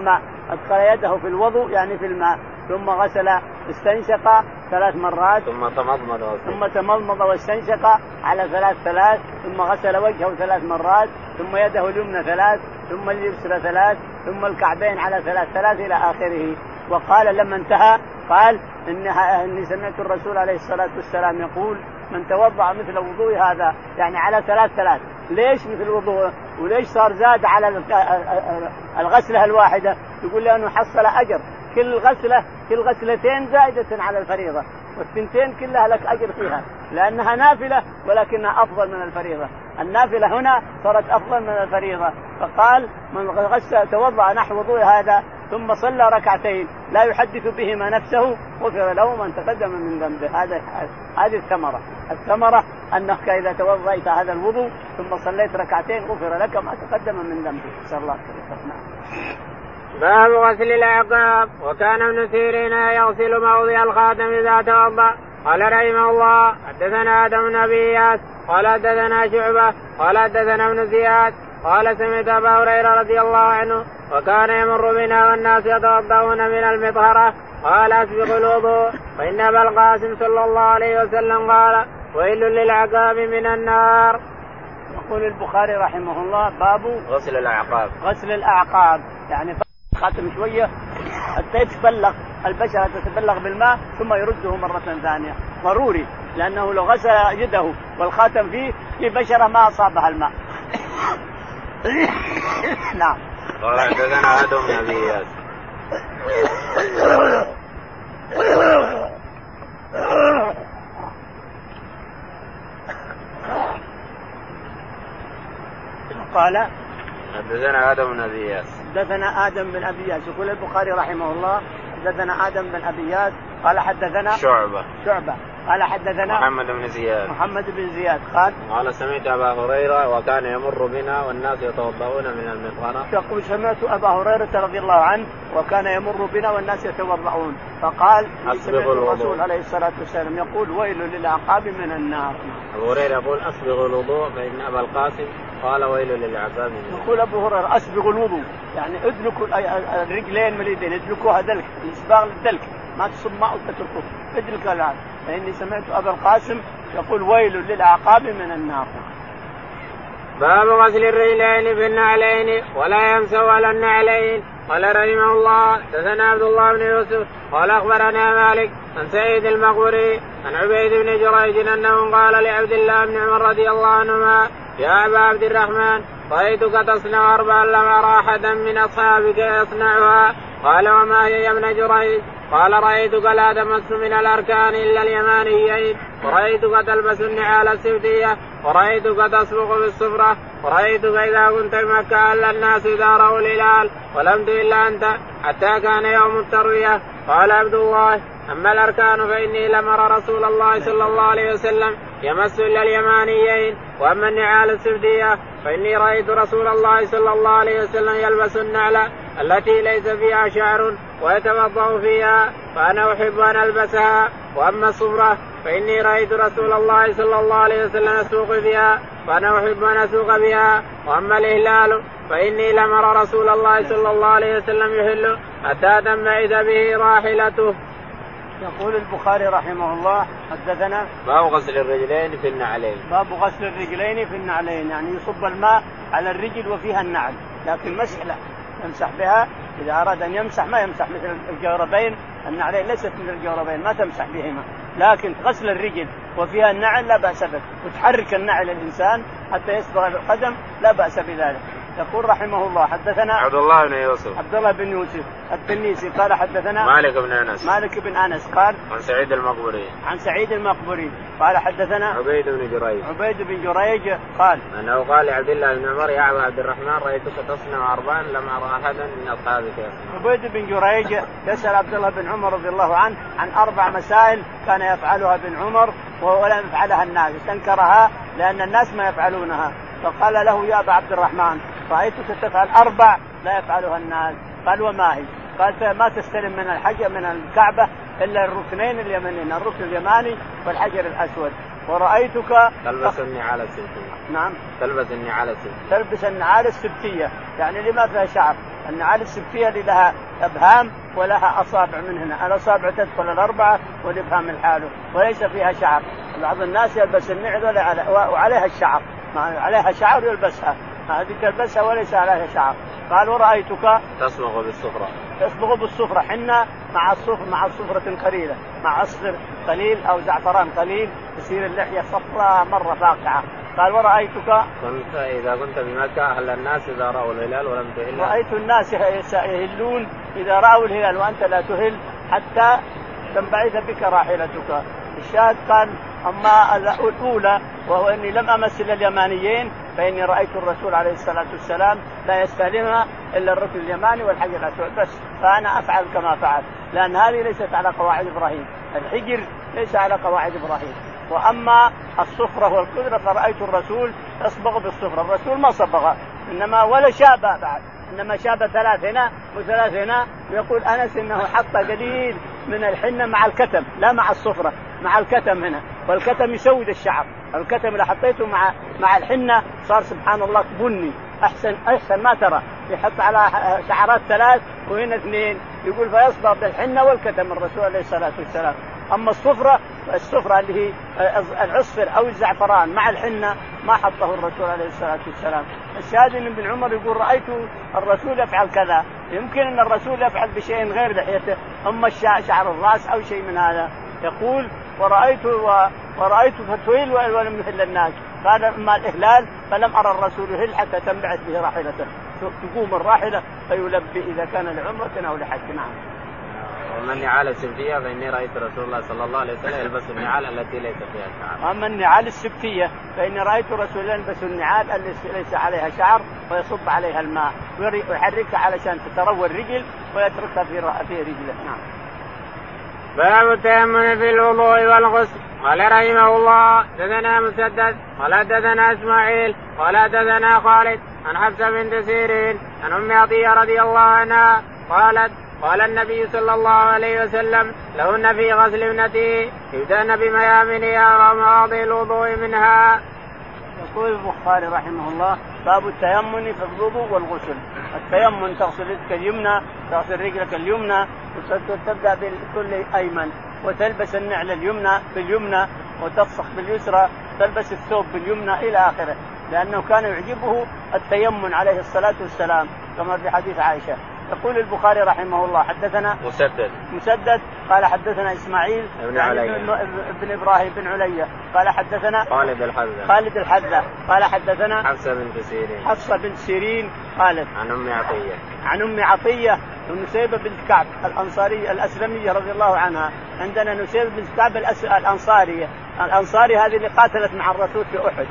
أدخل يده في الوضوء يعني في الماء ثم غسل استنشق 3 مرات ثم تمضمض واستنشق على 3 ثم غسل وجهه 3 مرات ثم يده اليمنى 3 ثم اليسرى 3 ثم الكعبين على 3 إلى آخره. وقال لما انتهى قال إني سمعت الرسول عليه الصلاة والسلام يقول من توضأ مثل وضوء هذا يعني على 3. ليش مثل الوضوء وليش صار زاد على الغسلة الواحدة؟ يقول لأنه حصل أجر كل غسلتين زائدة على الفريضة والثنتين كلها لك أجر فيها لأنها نافلة ولكنها أفضل من الفريضة. النافلة هنا صارت أفضل من الفريضة. فقال من توضأ نحو وضوء هذا ثم صلى 2 لا يحدث بهما نفسه غفر له من تقدم من ذنبه. هذه الثمرة أنك إذا توضأت هذا الوضوء ثم صليت 2 غفر لك ما تقدم من ذنبه. صلى الله عليه وسلم. باب غسل الأعقاب. وكان ابن سيرين يغسل موضع الخاتم إذا توضأ. قال رحمه الله حدثنا آدم بن أبي إياس قال حدثنا شعبة قال حدثنا ابن زياد قال سمعت أبا هريرة رضي الله عنه وكان يمر بنا والناس يتوضؤون من المطهرة قال أسبغوا الوضوء فإن أبا القاسم صلى الله عليه وسلم قال ويل للعقاب من النار. يقول البخاري رحمه الله باب غسل الأعقاب يعني خاتم شوية حتى يتبلغ البشرة تتبلغ بالماء ثم يرده مرة ثانية ضروري لأنه لو غسل يده والخاتم فيه في بشرة ما أصابها الماء. نعم. قال حدثنا آدم بن أبي إياس قال حدثنا آدم بن أبي إياس حدثنا آدم بن أبي إياس. يقول البخاري رحمه الله حدثنا آدم بن أبي إياس قال حدثنا شعبة قال حدثنا محمد بن زياد قال سمعت أبا هريرة وكان يمر بنا والناس يتوضؤون من المطهرة. يقول سمعت أبا هريرة رضي الله عنه وكان يمر بنا والناس يتوضؤون فقال سمعت الرسول عليه الصلاة والسلام يقول ويل للعقاب من النار. أبو هريرة يقول أسبغ الوضوء فإن أبا القاسم قال ويل للعقاب من النار. يقول أبو هريرة أسبغ الوضوء يعني ادلكوا الرجلين من اليدين ادلكوها دلك إسباغ للدلك ما تصب ماء وتتركه ادلك العاب. فإني سمعت أبا القاسم يقول ويل للعقاب من النار. باب غسل الرجلين في النعلين ولا يمسوا على النعلين. قال رحمه الله حدثنا عبد الله بن يوسف قال أخبرنا مالك عن سعيد المقبري عن عبيد بن جريج أنه قال لعبد الله بن عمر رضي الله عنهما يا أبا عبد الرحمن رأيتك تصنع 4 لم أرى أحدا من أصحابك يصنعها. قال وما هي يا ابن جريج؟ قال رأيتك لا تمس من الأركان إلا اليمانيين ورأيتك تلبس النعال السبتية ورأيتك تصبغ بالصفرة ورأيتك إذا كنت بمكة ألا الناس إذا رأوا الهلال ولم إلا أنت حتى كان يوم التروية. قال عبد الله أما الأركان فإني لم أرى رسول الله صلى الله عليه وسلم يمس إلا اليمانيين وأما النعال السبتية فإني رأيت رسول الله صلى الله عليه وسلم يلبس النعلة التي ليس فيها شعر ويتوضأ فيها فأنا أحب أن ألبسها. وأما الصفرة فإني رأيت رسول الله صلى الله عليه وسلم يسوق بها فأنا أحب أن أسوق بها. وأما الإهلال فإني لم أرى رسول الله صلى الله عليه وسلم يحل حتى تنبعث به راحلته. يقول البخاري رحمه الله حدثنا باب غسل الرجلين في النعلين. باب غسل الرجلين في النعلين يعني يصب الماء على الرجل وفيها النعل لكن مسح لا يمسح بها إذا أراد أن يمسح ما يمسح مثل الجوربين. النعلين ليست مثل الجوربين ما تمسح بهما لكن غسل الرجل وفيها النعل لا بأس به وتحرك النعل الإنسان حتى يصبغ القدم لا بأس بذلك. يقول رحمه الله حدثنا عبد الله بن يوسف التنيسي قال حدثنا مالك بن أنس قال عن سعيد المقبري قال حدثنا عبيد بن جريج قال أنه قال لعبد الله بن عمر يا أبا عبد الرحمن رأيتك تصنع 4 لم أرى أحدا من أصحابك. عبيد بن جريج يسأل عبد الله بن عمر رضي الله عنه عن 4 مسائل كان يفعلها ابن عمر ولم يفعلها الناس تنكرها لأن الناس ما يفعلونها فقال له يا أبا عبد الرحمن رأيتك تفعل 4 لا يفعلها الناس. قال وما هي؟ قال ما تستلم من الحجر من الكعبة إلا الركنين اليمنيين الركن اليماني والحجر الأسود ورأيتك تلبس النعال السبتية. نعم تلبس النعال السبتية يعني لما فيها شعر النعال السبتية اللي لها أبهام ولها أصابع من هنا، الأصابع تدخل الأربعة والإبهام الحاله وليس فيها شعر. بعض الناس يلبس النعل وعليها الشعر، عليها شعر يلبسها، هذه تلبسها وليس عليها شعر. قال ورأيتك تصبغ بالصفرة، تصبغ بالصفرة حنة مع الصفرة قليلة، مع أصفر قليل أو زعفران قليل تصير اللحية صفراء مرة فاقعة. قال ورأيتك كنت إذا كنت بمكة أهل الناس إذا رأوا الهلال ولم تهل. رأيت الناس يهلون إذا رأوا الهلال وأنت لا تهل حتى تنبعث بك راحلتك. الشاهد قال أما الأولى وهو أني لم أمس إلا اليمانيين فإني رأيت الرسول عليه الصلاة والسلام لا يستلمها إلا الركن اليماني والحجر الأسود بس، فأنا أفعل كما فعل، لأن هذه ليست على قواعد إبراهيم، الحجر ليس على قواعد إبراهيم. وأما الصفرة والقدرة فرأيت الرسول يصبغ بالصفرة، الرسول ما صبغ إنما ولا شاب بعد، إنما شاب 3 هنا و3 هنا. ويقول أنس إنه حط قليل من الحنة مع الكتم لا مع الصفرة، مع الكتم هنا، والكتم يسود الشعر، الكتم اللي حطيته مع الحنة صار سبحان الله بني أحسن ما ترى، يحط على شعرات 3 وهنا 2، يقول فيصبغ بالحنة والكتم الرسول عليه الصلاة والسلام. أما الصفرة اللي هي العصفر أو الزعفران مع الحنة ما حطه الرسول عليه الصلاة والسلام. الشاهد إن ابن عمر يقول رأيت الرسول يفعل كذا، يمكن أن الرسول يفعل بشيء غير لحيته، أما شعر الرأس أو شيء من هذا. يقول ورأيت فتويل ولم يهل الناس. قال أما الإهلال فلم أرى الرسول يهل حتى تنبعث به راحلته، تقوم الراحلة فيلبي إذا كان لعمرة أو لحج. نعم. ومن النعال السبتية فإني رأيت رسول الله صلى الله عليه وسلم يلبس النعال التي ليس فيها شعر. أما النعال السبتية فإني رأيت رسول الله يلبس النعال التي ليس عليها شعر ويصب عليها الماء ويحركها علشان تتروى الرجل ويتركها في رجله. نعم. باب التيمم في الوضوء والغسل. قال رحمه الله دثنا مسدد قال دثنا اسماعيل قال دثنا خالد عن حفصة بنت سيرين عن أم عطية رضي الله عنها قالت قال النبي صلى الله عليه وسلم لهن في غسل ابنته يبدأن بميامنها ومواضع الوضوء منها. يقول البخاري رحمه الله باب التيمم في الوضوء والغسل. التيمم تغسل يدك اليمنى، تغسل رجلك اليمنى، وتبدأ بالكل أيمن، وتلبس النعل اليمنى باليمنى، وتفسخ باليسرى، تلبس الثوب باليمنى إلى آخره، لأنه كان يعجبه التيمم عليه الصلاة والسلام كما في حديث عائشة. يقول البخاري رحمه الله حدثنا مسدد قال حدثنا إسماعيل بن إبراهيم بن علية قال حدثنا خالد الحذا قال حدثنا حفصة بنت سيرين قالت عن أم عطية ونسيبة بنت كعب الأنصارية الأسلمية رضي الله عنها. عندنا نسيبة بنت كعب الأنصاري هذه اللي قاتلت مع الرسول في أحد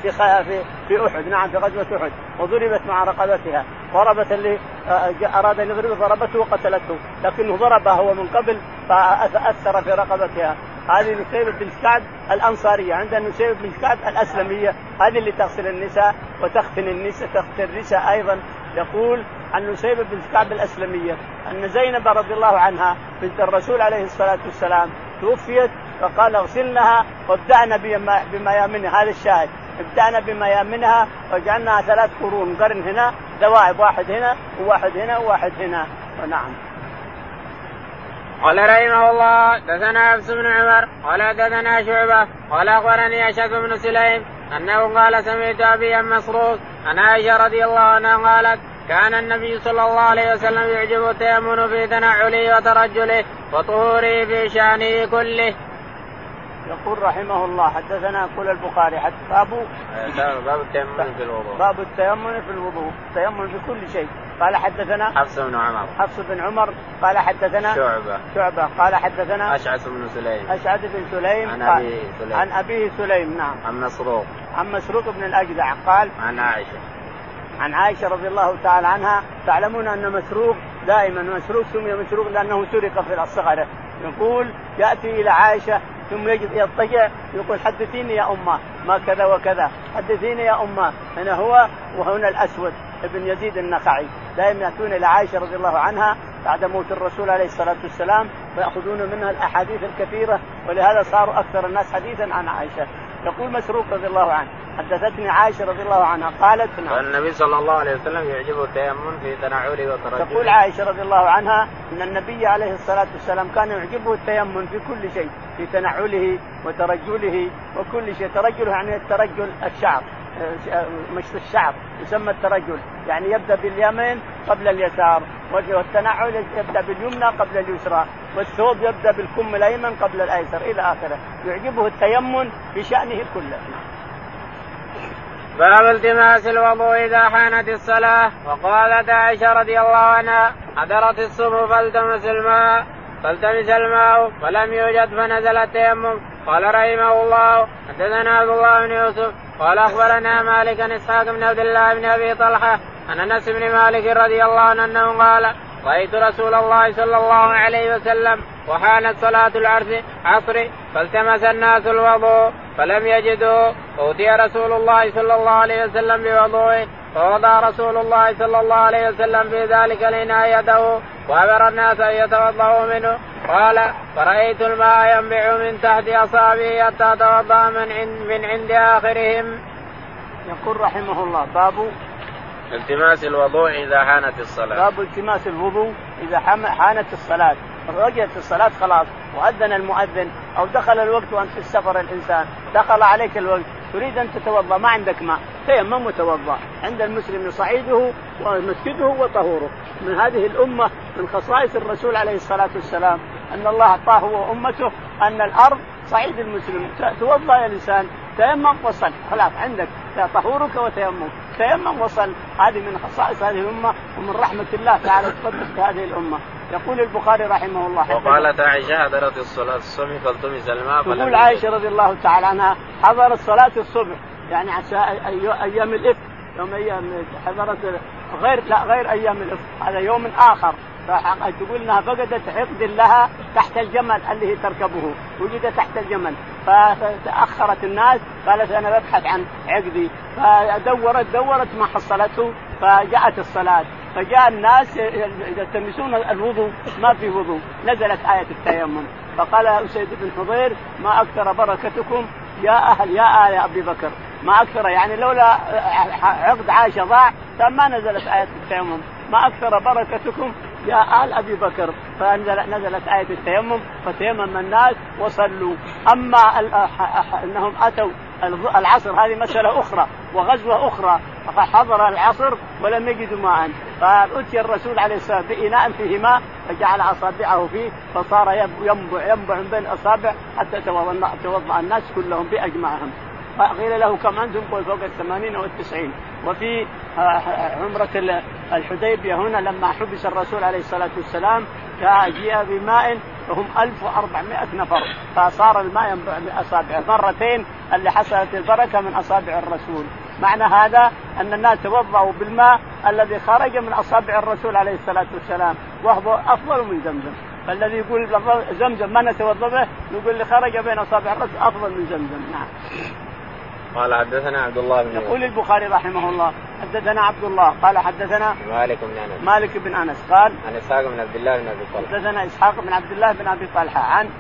في أحد نعم في غزوة أحد، وضربت مع رقبتها، ضربت اللي أراد أن يضربه ضربته وقتلته، لكنه ضربها هو من قبل فأثر في رقبتها. هذه نسيبة بنت كعب الأنصارية. عندنا نسيبة بنت كعب الأسلمية هذه اللي تغسل النساء وتختن النساء تختن النساء أيضا. يقول عن نسيبة بنت كعب الأسلمية أن زينب رضي الله عنها بنت الرسول عليه الصلاة والسلام توفيت، فقال اغسلنها وابدأنا بميامنها. هذا الشاهد، ابدأنا بميامنها وجعلناها 3 قرن هنا ذوائب، واحد هنا وواحد هنا وواحد هنا. ونعم. قال رحمه الله دثنا حفص بن عمر قال دثنا شعبة قال أخبرني أشعث بن سليم أنه قال سمعت أبي مسروق عن عائشة رضي الله عنها قالت كان النبي صلى الله عليه وسلم يعجب التيمم في تنعله وترجله وطهوره في شأنه كله. يقول رحمه الله حدثنا يقول البخاري باب التيمم في الوضوء. باب التيمم في الوضوء، التيمم في كل شيء. قال حدثنا حفص بن عمر قال حدثنا شعبة قال حدثنا أشعث بن سليم عن أبيه سليم نعم عن مسروق بن الأجدع قال عن عائشة رضي الله تعالى عنها. تعلمون أن مسروق دائما مسروق سمي مسروق لأنه سرق في الصغر. يقول يأتي إلى عائشة ثم يضطجع يقول حدثيني يا أمه ما كذا وكذا، حدثيني يا أمه. هنا هو وهنا الأسود ابن يزيد النخعي دائما يأتون إلى عائشة رضي الله عنها بعد موت الرسول عليه الصلاة والسلام ويأخذون منها الأحاديث الكثيرة، ولهذا صاروا أكثر الناس حديثا عن عائشة. يقول مسروق رضي الله عنه حدثتني عائشة رضي الله عنها قالت نعم. النبي صلى الله عليه وسلم يعجبه التيمم في تنعله وترجله. تقول عائشة رضي الله عنها أن النبي عليه الصلاة والسلام كان يعجبه التيمم في كل شيء، في تنعله وترجله وكل شيء. ترجله يعني الترجل الشعر، مشط الشعر يسمى الترجل، يعني يبدأ باليمين قبل اليسار، والتنعل يبدأ باليمنى قبل اليسرى، والثوب يبدأ بالكم الأيمن قبل الأيسر إلى آخره. يعجبه التيمم في شأنه كله. باب التماس الوضوء إذا حانت الصلاة. وقالت عائشة رضي الله عنها حضرت الصبح فالتمس الماء فلم يوجد فنزل التيمم. قال رحمه الله حدثنا عبد الله بن يوسف قال أخبرنا مالك عن إسحاق بن عبد الله بن أبي طلحة عن أنس بن مالك رضي الله عنه أنه قال رأيت رسول الله صلى الله عليه وسلم وحانت صلاة العصر فالتمس الناس الوضوء فلم يجدوا، فأتي رسول الله صلى الله عليه وسلم بوضوء فوضع رسول الله صلى الله عليه وسلم في ذلك الإناء يده وأمر الناس أن يتوضأوا منه. قال فرأيت الماء ينبع من تحت أصابعه حتى توضأ من عند آخرهم. يقول رحمه الله باب التماس الوضوء إذا حانت الصلاة. باب التماس الوضوء إذا حانت الصلاة، رجعت الصلاة خلاص وأذن المؤذن أو دخل الوقت وأنت في السفر، الإنسان دخل عليك الوقت تريد أن تتوضأ ما عندك ماء تيمم وتوضأ. عند المسلم صعيده ومسجده وطهوره. من هذه الأمة من خصائص الرسول عليه الصلاة والسلام أن الله أعطاه وأمته أن الأرض صعيد المسلم، توضأ يا لسان تيمم وصل خلاص عندك طهورك وتيمم، تيمم وصل. هذه من خصائص هذه الأمة ومن رحمة الله تعالى تقدس هذه الأمة. يقول البخاري رحمه الله وقالت عائشة حضرت الصلاة الصبح فالتمس الماء. تقول عائشة رضي الله تعالى عنها حضرت صلاة الصبح يعني أيام الإفك، يوم أيام حضرت غير أيام الإفك، هذا يوم آخر. تقول انها فقدت عقد لها تحت الجمل اللي هي تركبه، وجد تحت الجمل فتأخرت الناس، قالت انا ببحث عن عقدي، فدورت ما حصلته فجاءت الصلاة. فجاء الناس يلتمسون الوضوء ما في وضوء، نزلت آية التيمم. فقال أسيد بن حضير ما أكثر بركتكم يا آل أبي بكر، ما أكثر يعني لولا عقد عائشة ضاع ما نزلت آية التيمم، ما أكثر بركتكم يا آل أبي بكر. فنزلت آية التيمم فتيمم الناس وصلوا. أما أنهم أتوا العصر هذه مسألة أخرى وغزوة أخرى، فحضر العصر ولم يجدوا ماء، فأتي الرسول عليه الصلاة والسلام بإناء فيه ماء فجعل أصابعه فيه فصار ينبع من بين أصابع حتى توضأ الناس كلهم بأجمعهم. قيل له كم أنتم؟ قل فوق 80 أو 90. وفي عمرة الحديبية هنا لما حبس الرسول عليه الصلاة والسلام جاء بماء وهم 1400 نفر، فصار الماء ينبع من أصابعه مرتين اللي حصلت البركة من أصابع الرسول. معنى هذا أن الناس توضأوا بالماء الذي خرج من أصابع الرسول عليه الصلاة والسلام وهو أفضل من زمزم. فالذي يقول زمزم ما نتوضأ به يقول اللي خرج بين أصابع الرسول أفضل من زمزم. نعم. قال حدثنا عبد الله بن يقول البخاري رحمه الله حدثنا عبد الله قال حدثنا مالك بن أنس قال عن إسحاق بن عبد الله بن أبي طلحة حدثنا إسحاق بن عبد الله بن أبي طلحة عن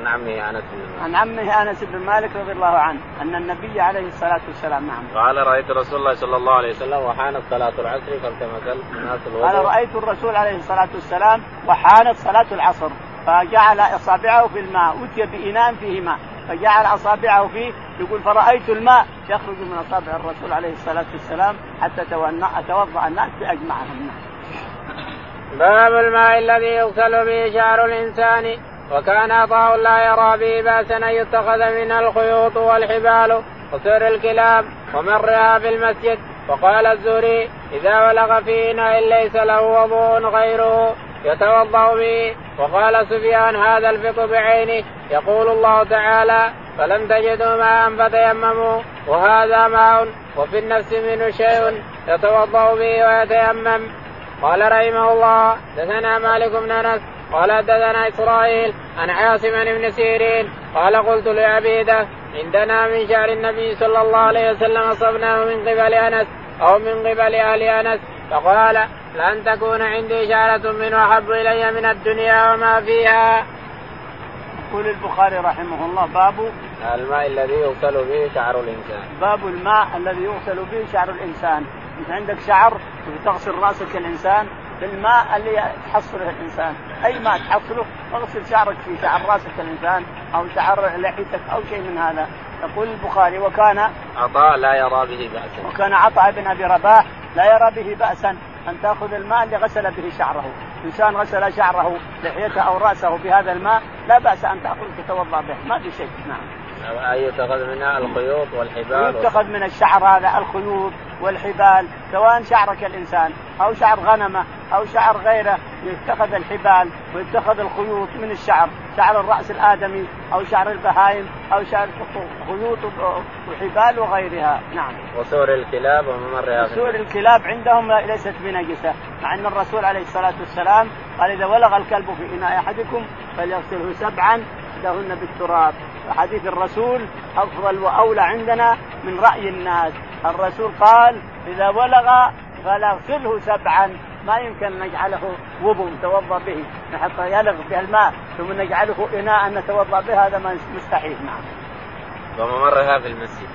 عمه أنس بن مالك رضي الله عنه أن النبي عليه الصلاة والسلام نعم قال رأيت رسول الله صلى الله عليه وسلم وحانت صلاة العصر فالتمس الناس الوضوء. قال رأيت الرسول عليه الصلاة والسلام وحانت صلاة العصر فجعل أصابعه في الماء، أتي بإناء فيه ماء فجعل أصابعه فيه، يقول فرأيت الماء يخرج من أصابع الرسول عليه الصلاة والسلام حتى توضأ الناس بأجمعهم. باب الماء الذي يغسل به شعر الإنسان. وكان عطاء لا يرى به بأسا أن يتخذ منها الخيوط والحبال وسر الكلاب ومرها في المسجد. وقال الزهري إذا ولغ في إناء ليس له وضوء غيره يتوضأ به. وقال سفيان هذا الفقه بعينه، يقول الله تعالى فلم تجدوا ماء فتيمموا، وهذا ماء وفي النفس منه شيء يتوضأ به ويتيمم. قال رحمه الله دثنا مالك بن أنس قال دثنا إسرائيل عن عاصم بن سيرين قال قلت لعبيدة عندنا من شعر النبي صلى الله عليه وسلم أصبناه من قبل أنس أو من قبل أهل أنس، فقال لن تكون عندي شعرة منه أحب إلي من الدنيا وما فيها. يقول البخاري رحمه الله باب الماء الذي يغسل به شعر الإنسان. باب الماء الذي يغسل به شعر الإنسان. أنت عندك شعر وتغسل رأسك الإنسان بالماء اللي تحصله الإنسان، أي ماء تحصله اغسل شعرك في شعر رأسك الإنسان أو شعر لحيتك أو شيء من هذا. يقول البخاري وكان عطاء لا يرى به بأسا. وكان عطاء بن أبي رباح لا يرى به بأسا أن تأخذ الماء اللي غسل به شعره. إنسان غسل شعره لحيته أو رأسه بهذا الماء لا بأس أن تأخذ تتوضأ به، ما في شيء. نعم. يتخذ منها الخيوط والحبال. يتخذ من الشعر هذا الخيوط والحبال، سواء شعرك الإنسان أو شعر غنمه أو شعر غيره، يتخذ الحبال ويتخذ الخيوط من الشعر، شعر الرأس الآدمي أو شعر البهائم أو شعر خيوط وحبال وغيرها. نعم. وسور الكلاب وممرها. سور الكلاب عندهم ليست بنجسة، مع أن الرسول عليه الصلاة والسلام قال إذا ولغ الكلب في إناء أحدكم فليغسله 7 إحداهن بالتراب. حديث الرسول أفضل وأولى عندنا من رأي الناس. الرسول قال إذا ولغ فليغسله 7، ما يمكن نجعله وضوء نتوضأ به، نحط يلغ به الماء ثم نجعله إناء نتوضأ به، هذا مستحيل. نعم. وممرها في المسجد.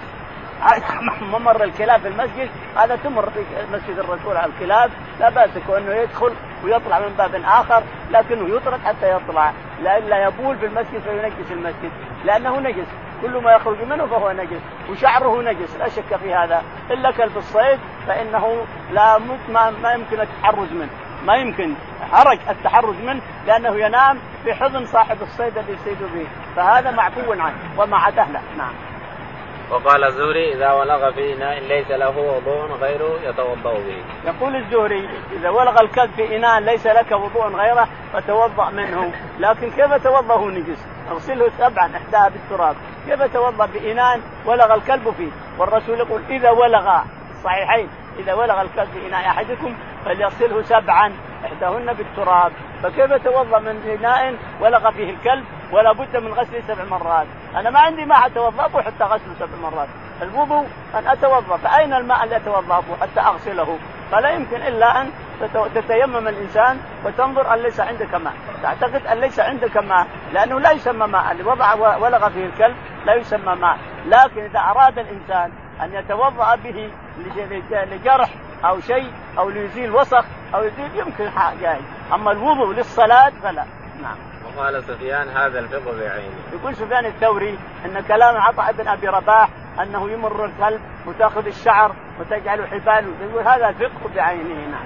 ممر الكلاب في المسجد هذا تمر في مسجد الرسول على الكلاب لا بأس، كأنه يدخل ويطلع من باب آخر، لكنه يطرد حتى يطلع، لا يبول في المسجد فينجس المسجد، لأنه نجس، كل ما يخرج منه فهو نجس، وشعره نجس لا شك في هذا، إلا كلب الصيد فإنه ما يمكن التحرز منه، ما يمكن التحرز منه، لأنه ينام في حضن صاحب الصيد الذي يصيد به، فهذا معفو عنه وما عدا له. نعم. وقال الزهري إذا ولغ في إناء ليس له وضوء غيره يتوضأ به. يقول الزهري إذا ولغ الكلب في إناء ليس لك وضوء غيره فتوضأ منه، لكن كيف توضأ هو نجس؟ اغسله 7 إحداها بالتراب، كيف توضأ بإناء ولغ الكلب فيه؟ والرسول يقول إذا ولغ، الصحيحين إذا ولغ الكلب في إناء أحدكم فليغسله 7 إحداهن بالتراب، فكيف توضأ من إناء ولغ فيه الكلب ولا بد من غسله 7 مرات؟ أنا ما عندي ماء أتوضأ حتى غسله 7 مرات، الوضوء أن أتوضأ، فأين الماء اللي أتوضأ حتى أغسله؟ فلا يمكن إلا أن تتيمم الإنسان وتنظر أن ليس عندك ماء، تعتقد أن ليس عندك ماء، لأنه لا يسمى ماء، اللي ولغ فيه الكلب لا يسمى ماء، لكن إذا أراد الإنسان أن يتوضأ به لجرح أو شيء أو ليزيل وسخ أو يزيل يمكن جائز، أما الوضوء للصلاة فلا. نعم. وقال سفيان هذا الفقه بعينه. يقول سفيان الثوري أن كلام عطاء بن أبي رباح أنه يمر الكلب وتأخذ الشعر وتجعل حباله، يقول هذا الفقه بعينه. نعم.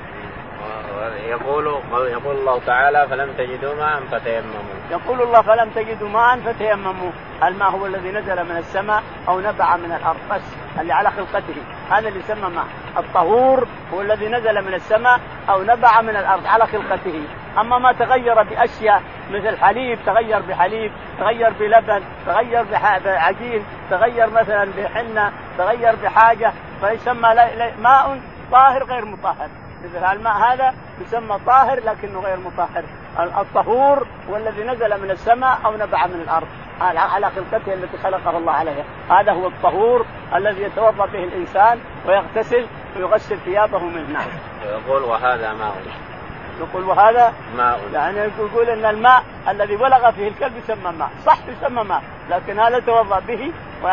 يقول الله تعالى فلم تجدوا ماء فتيمموا. يقول الله فلم تجدوا ماء فتيمموا، الماء هو الذي نزل من السماء أو نبع من الأرض، بس اللي على خلقته هذا اللي يسمى ماء. الطهور هو الذي نزل من السماء أو نبع من الأرض على خلقته، أما ما تغير بأشياء مثل حليب تغير بحليب، تغير بلبن، تغير بعجين، تغير مثلا بحنة، تغير بحاجة، فيسمى ماء طاهر غير مطهر. مثل الماء هذا يسمى طاهر لكنه غير مطهر. الطهور هو الذي نزل من السماء أو نبع من الأرض على خلقته التي خلقه الله عليها، هذا هو الطهور الذي يتوضأ به الإنسان ويغتسل ويغسل ثيابه منه. نعم. يقول وهذا ماء. يقول وهذا ماء، يعني يقول أن الماء الذي ولغ فيه الكلب يسمى ماء، صح يسمى ماء، لكن هذا توضأ به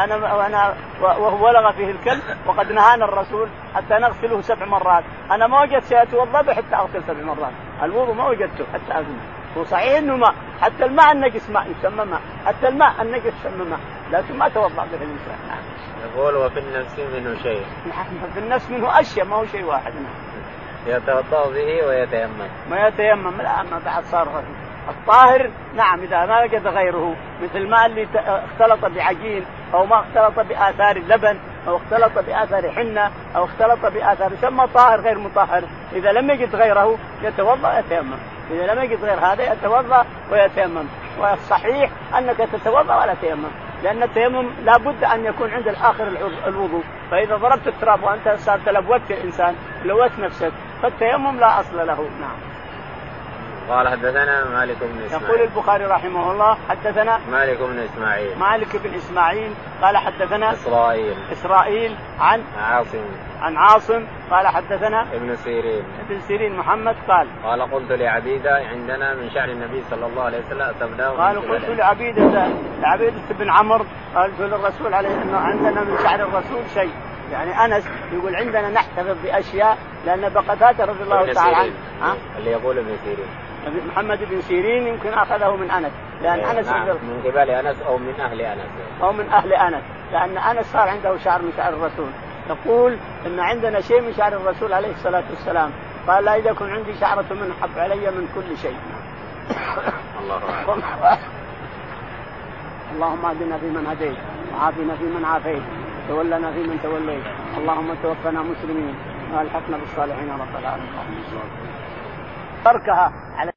وهو ولغ فيه الكلب، وقد نهانا الرسول حتى نغسله 7 مرات. أنا ما وجدت شيء أتوضأ به حتى أغسل 7 مرات، الوضوء ما وجدته حتى أغسل. هو صحيح إنه ماء، حتى الماء النجس ماء يسمى ماء، حتى الماء النجس يسمى ماء، لكن ما توضأ به الإنسان. يقول وفي النفس منه شيء. في النفس منه أشياء، ما هو شيء واحد. يتوضأ به ويتيمم. ما يتيمم لا، ما بعد صار الطاهر. نعم إذا ما وجد غيره، مثل الماء اللي اختلط بعجين أو ما اختلط بآثار اللبن أو اختلط بآثار حنة أو اختلط بآثار، يسمى طاهر غير مطهر. إذا لم يجد غيره يتوضأ ويتيمم، إذا لم يجد غير هذا يتوضأ ويتيمم. والصحيح أنك تتوضأ ولا تيمم، لأن التيمم لا بد أن يكون عند الآخر الوضوء، فإذا ضربت التراب وأنت صار تلوثت الإنسان لوث نفسك، فالتيمم لا أصل له. نعم. قال حدثنا مالك بن إسماعيل. يقول البخاري رحمه الله حدثنا مالك بن إسماعيل. مالك بن إسماعيل قال حدثنا إسرائيل عن عاصم قال حدثنا ابن سيرين محمد قال قلت لعبيدة عندنا من شعر النبي صلى الله عليه وسلم أتبداه. قلت لعبيدة بن عمرو قلت للرسول عليه أنه عندنا من شعر الرسول شيء. يعني أنس يقول عندنا نحتفظ بأشياء لأن بقتادة رضي الله تعالى عنه اللي يقول ابن سيرين محمد بن سيرين يمكن أخذه من أنس لأن أنس من قبل أنس أو من أهل أنس لأن أنس صار عنده شعر من شعر الرسول. يقول إن عندنا شيء من شعر الرسول عليه الصلاة والسلام. قال لا إذا كن عندي شعرة من حب علي من كل شيء. اللهم اهدنا فيمن هديت وعافنا فيمن عافيت تولنا فيمن توليت اللهم توفنا مسلمين والحقنا بالصالحين رب العالمين. تركها